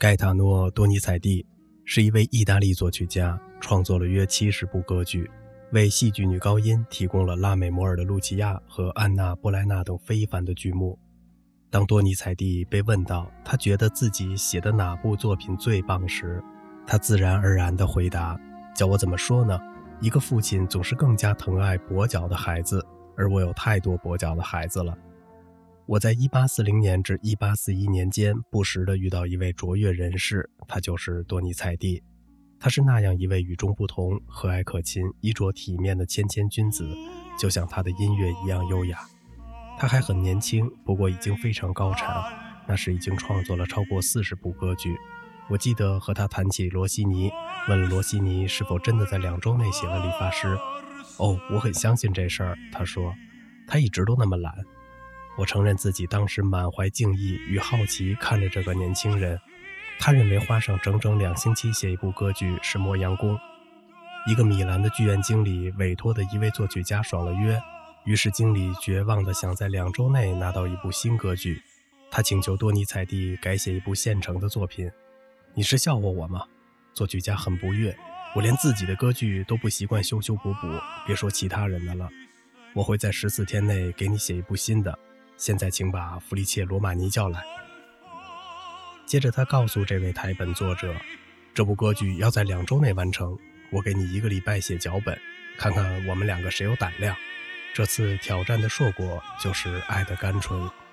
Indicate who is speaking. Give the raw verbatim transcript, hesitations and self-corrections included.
Speaker 1: 盖塔诺·多尼采蒂是一位意大利作曲家，创作了约七十部歌剧，为戏剧女高音提供了拉美摩尔的露琪亚和安娜·波莱纳等非凡的剧目。当多尼采蒂被问到他觉得自己写的哪部作品最棒时，他自然而然地回答，叫我怎么说呢？一个父亲总是更加疼爱跛脚的孩子，而我有太多跛脚的孩子了。我在一八四零年至一八四一年间不时地遇到一位卓越人士，他就是多尼采蒂。他是那样一位与众不同、和蔼可亲、衣着体面的谦谦君子，就像他的音乐一样优雅。他还很年轻，不过已经非常高产，那时已经创作了超过四十部歌剧。我记得和他谈起罗西尼，问了罗西尼是否真的在两周内写了理发师。哦，我很相信这事儿，他说，他一直都那么懒。我承认自己当时满怀敬意与好奇看着这个年轻人，他认为花上整整两星期写一部歌剧是磨洋工。一个米兰的剧院经理委托的一位作曲家爽了约，于是经理绝望地想在两周内拿到一部新歌剧。他请求多尼采蒂改写一部现成的作品。你是笑话我吗？作曲家很不悦，我连自己的歌剧都不习惯修修补补，别说其他人的了。我会在十四天内给你写一部新的。现在请把弗利切·罗马尼叫来。接着他告诉这位台本作者，这部歌剧要在两周内完成，我给你一个礼拜写脚本，看看我们两个谁有胆量。这次挑战的硕果就是爱的甘醇。